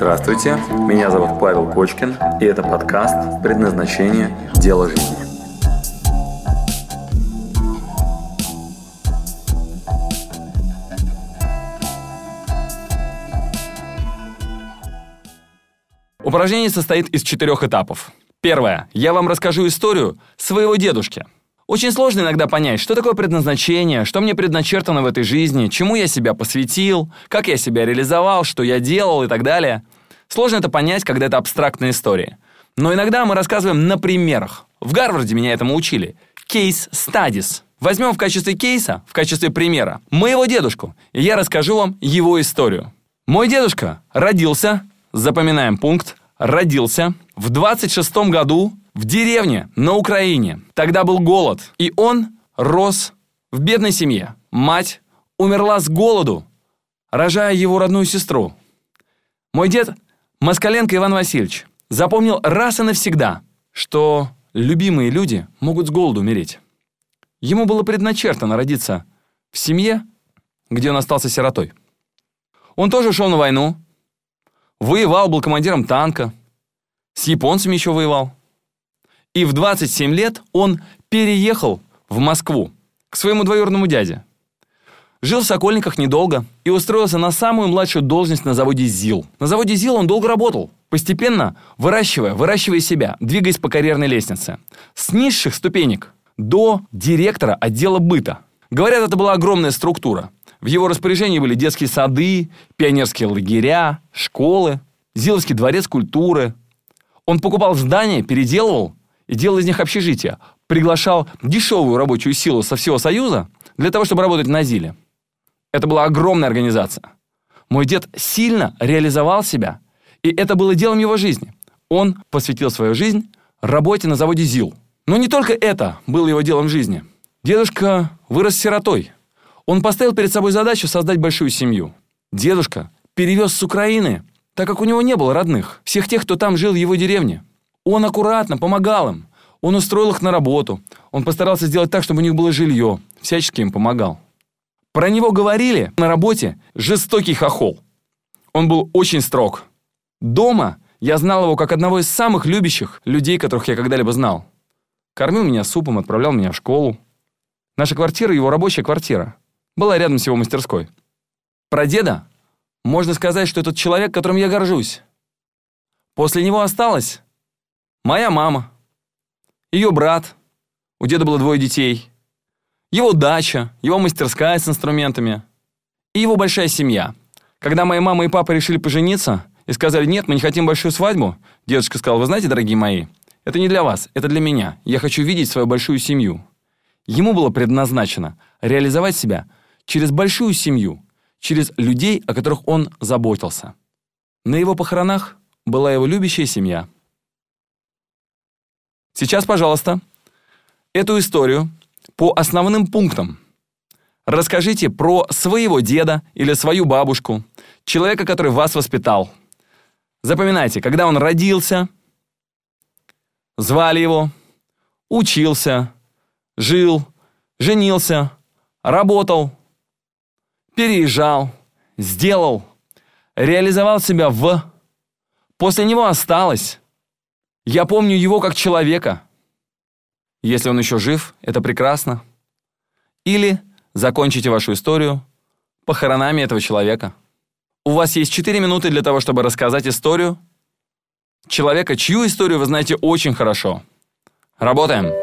Здравствуйте, меня зовут Павел Кочкин, и это подкаст «Предназначение. Дело жизни». Упражнение состоит из 4 этапов. Первое. Я вам расскажу историю своего дедушки. Очень сложно иногда понять, что такое предназначение, что мне предначертано в этой жизни, чему я себя посвятил, как я себя реализовал, что я делал и так далее. Сложно это понять, когда это абстрактная история. Но иногда мы рассказываем на примерах. В Гарварде меня этому учили. Case studies. Возьмем в качестве кейса, в качестве примера, моего дедушку, и я расскажу вам его историю. Мой дедушка родился, запоминаем пункт, родился в 26-м году в деревне на Украине. Тогда был голод, и он рос в бедной семье. Мать умерла с голоду, рожая его родную сестру. Мой дед Москаленко Иван Васильевич запомнил раз и навсегда, что любимые люди могут с голоду умереть. Ему было предначертано родиться в семье, где он остался сиротой. Он тоже шел на войну, воевал, был командиром танка, с японцами еще воевал. И в 27 лет он переехал в Москву к своему двоюродному дяде. Жил в Сокольниках недолго и устроился на самую младшую должность на заводе ЗИЛ. На заводе ЗИЛ он долго работал, постепенно выращивая себя, двигаясь по карьерной лестнице. С низших ступенек до директора отдела быта. Говорят, это была огромная структура. В его распоряжении были детские сады, пионерские лагеря, школы, Зиловский дворец культуры. Он покупал здания, переделывал и делал из них общежития. Приглашал дешевую рабочую силу со всего Союза для того, чтобы работать на ЗИЛе. Это была огромная организация. Мой дед сильно реализовал себя, и это было делом его жизни. Он посвятил свою жизнь работе на заводе ЗИЛ. Но не только это было его делом жизни. Дедушка вырос сиротой. Он поставил перед собой задачу создать большую семью. Дедушка перевез с Украины, так как у него не было родных, всех тех, кто там жил в его деревне. Он аккуратно помогал им. Он устроил их на работу. Он постарался сделать так, чтобы у них было жилье. Всячески им помогал. Про него говорили на работе жестокий хохол. Он был очень строг. Дома я знал его как одного из самых любящих людей, которых я когда-либо знал. Кормил меня супом, отправлял меня в школу. Наша квартира, его рабочая квартира, была рядом с его мастерской. Про деда можно сказать, что этот человек, которым я горжусь. После него осталась моя мама, ее брат, у деда было 2 детей, его дача, его мастерская с инструментами и его большая семья. Когда моя мама и папа решили пожениться и сказали: нет, мы не хотим большую свадьбу, дедушка сказал: вы знаете, дорогие мои, это не для вас, это для меня. Я хочу видеть свою большую семью. Ему было предназначено реализовать себя через большую семью, через людей, о которых он заботился. На его похоронах была его любящая семья. Сейчас, пожалуйста, эту историю по основным пунктам расскажите про своего деда или свою бабушку, человека, который вас воспитал. Запоминайте, когда он родился, звали его, учился, жил, женился, работал, переезжал, сделал, реализовал себя в... После него осталось. Я помню его как человека. Если он еще жив, это прекрасно. Или закончите вашу историю похоронами этого человека. У вас есть 4 минуты для того, чтобы рассказать историю человека, чью историю вы знаете очень хорошо. Работаем.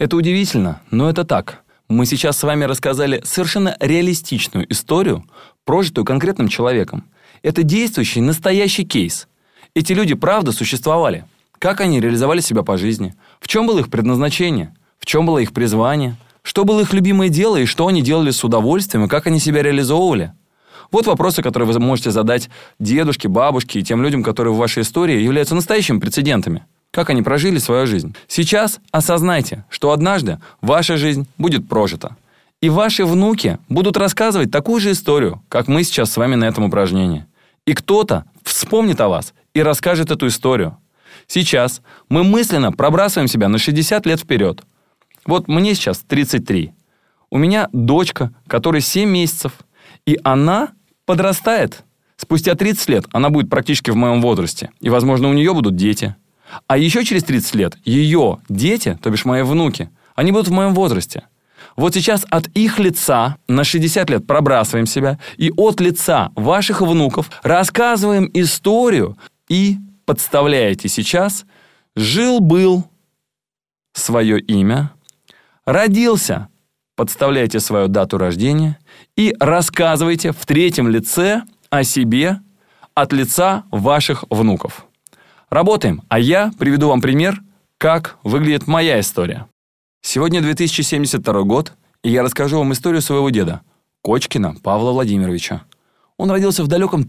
Это удивительно, но это так. Мы сейчас с вами рассказали совершенно реалистичную историю, прожитую конкретным человеком. Это действующий, настоящий кейс. Эти люди правда существовали. Как они реализовали себя по жизни? В чем было их предназначение? В чем было их призвание? Что было их любимое дело и что они делали с удовольствием и как они себя реализовывали? Вот вопросы, которые вы можете задать дедушке, бабушке и тем людям, которые в вашей истории являются настоящими прецедентами. Как они прожили свою жизнь. Сейчас осознайте, что однажды ваша жизнь будет прожита. И ваши внуки будут рассказывать такую же историю, как мы сейчас с вами на этом упражнении. И кто-то вспомнит о вас и расскажет эту историю. Сейчас мы мысленно пробрасываем себя на 60 лет вперед. Вот мне сейчас 33. У меня дочка, которой 7 месяцев, и она подрастает. Спустя 30 лет она будет практически в моем возрасте, и, возможно, у нее будут дети. А еще через 30 лет ее дети, то бишь мои внуки, они будут в моем возрасте. Вот сейчас от их лица на 60 лет пробрасываем себя, и от лица ваших внуков рассказываем историю, и подставляете сейчас «жил-был» свое имя, родился, подставляете свою дату рождения и рассказываете в третьем лице о себе от лица ваших внуков. Работаем, а я приведу вам пример, как выглядит моя история. Сегодня 2072 год, и я расскажу вам историю своего деда, Кочкина Павла Владимировича. Он родился в далеком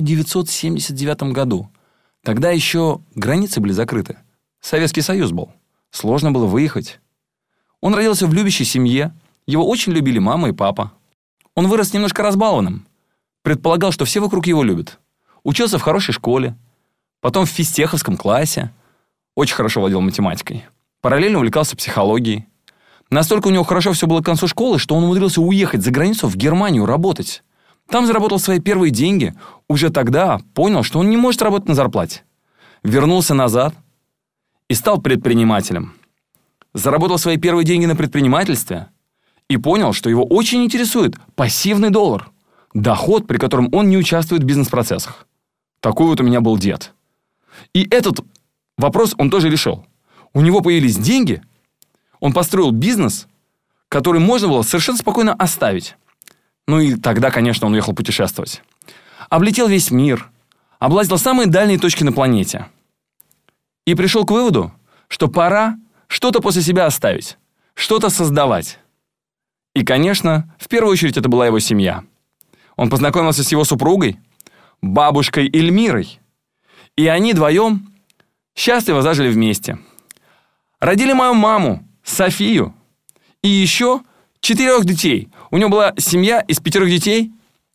1979 году. Тогда еще границы были закрыты. Советский Союз был. Сложно было выехать. Он родился в любящей семье. Его очень любили мама и папа. Он вырос немножко разбалованным. Предполагал, что все вокруг его любят. Учился в хорошей школе. Потом в физтеховском классе. Очень хорошо владел математикой. Параллельно увлекался психологией. Настолько у него хорошо все было к концу школы, что он умудрился уехать за границу в Германию работать. Там заработал свои первые деньги. Уже тогда понял, что он не может работать на зарплате. Вернулся назад и стал предпринимателем. Заработал свои первые деньги на предпринимательстве и понял, что его очень интересует пассивный доллар. Доход, при котором он не участвует в бизнес-процессах. Такой вот у меня был дед. И этот вопрос он тоже решил. У него появились деньги, он построил бизнес, который можно было совершенно спокойно оставить. Ну и тогда, конечно, он уехал путешествовать. Облетел весь мир, облазил самые дальние точки на планете. И пришел к выводу, что пора что-то после себя оставить, что-то создавать. И, конечно, в первую очередь это была его семья. Он познакомился с его супругой, бабушкой Эльмирой. И они вдвоем счастливо зажили вместе. Родили мою маму, Софию, и еще 4 детей. У него была семья из 5 детей.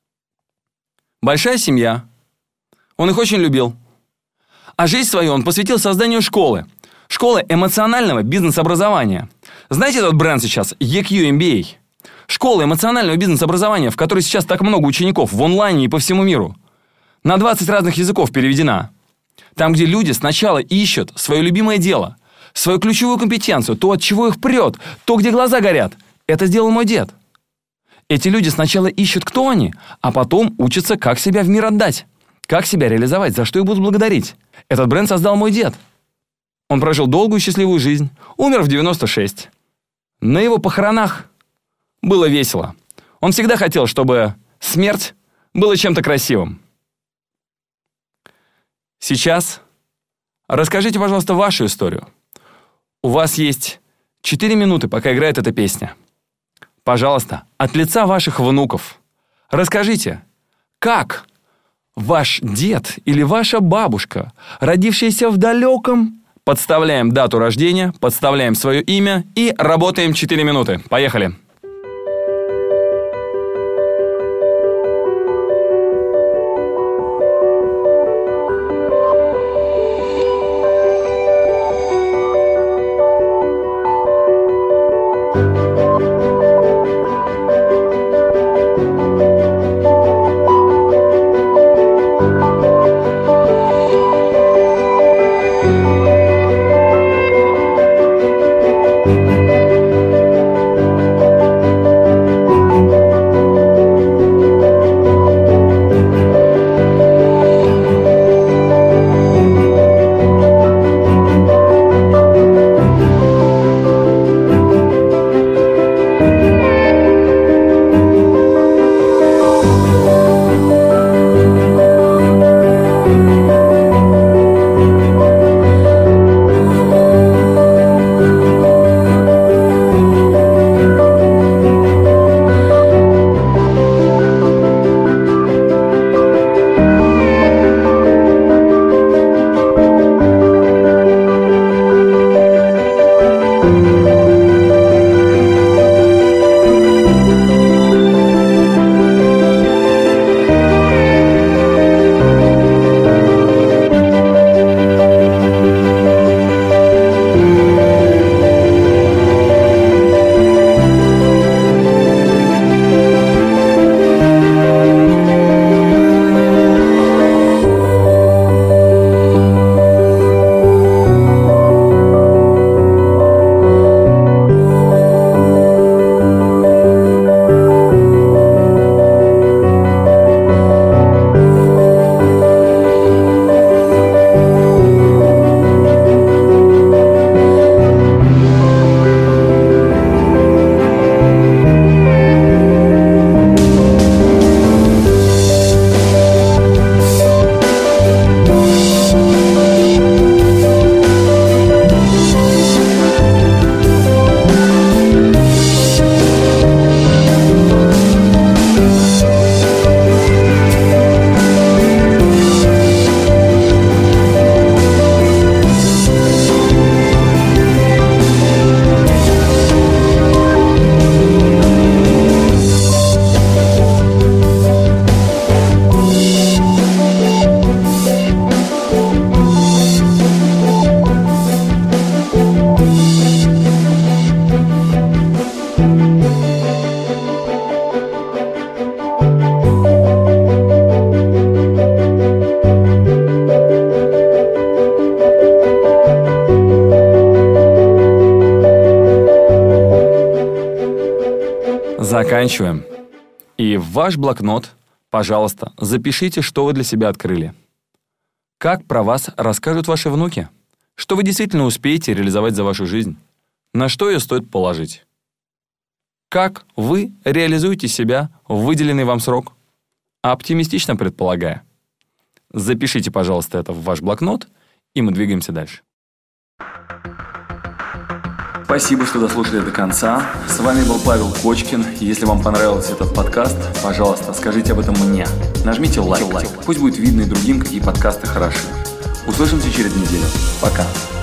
Большая семья. Он их очень любил. А жизнь свою он посвятил созданию школы. Школы эмоционального бизнес-образования. Знаете этот бренд сейчас? EQ MBA. Школа эмоционального бизнес-образования, в которой сейчас так много учеников в онлайне и по всему миру. На 20 разных языков переведена. Там, где люди сначала ищут свое любимое дело, свою ключевую компетенцию, то, от чего их прет, то, где глаза горят. Это сделал мой дед. Эти люди сначала ищут, кто они, а потом учатся, как себя в мир отдать, как себя реализовать, за что их будут благодарить. Этот бренд создал мой дед. Он прожил долгую счастливую жизнь, умер в 96. На его похоронах было весело. Он всегда хотел, чтобы смерть была чем-то красивым. Сейчас расскажите, пожалуйста, вашу историю. У вас есть 4 минуты, пока играет эта песня. Пожалуйста, от лица ваших внуков расскажите, как ваш дед или ваша бабушка, родившиеся в далеком, подставляем дату рождения, подставляем свое имя и работаем 4 минуты. Поехали. заканчиваем. И в ваш блокнот, пожалуйста, запишите, что вы для себя открыли. Как про вас расскажут ваши внуки? Что вы действительно успеете реализовать за вашу жизнь? На что ее стоит положить? Как вы реализуете себя в выделенный вам срок? Оптимистично предполагая. Запишите, пожалуйста, это в ваш блокнот, и мы двигаемся дальше. Спасибо, что дослушали до конца. С вами был Павел Кочкин. Если вам понравился этот подкаст, пожалуйста, скажите об этом мне. Нажмите лайк. Пусть будет видно и другим, какие подкасты хороши. Услышимся через неделю. Пока.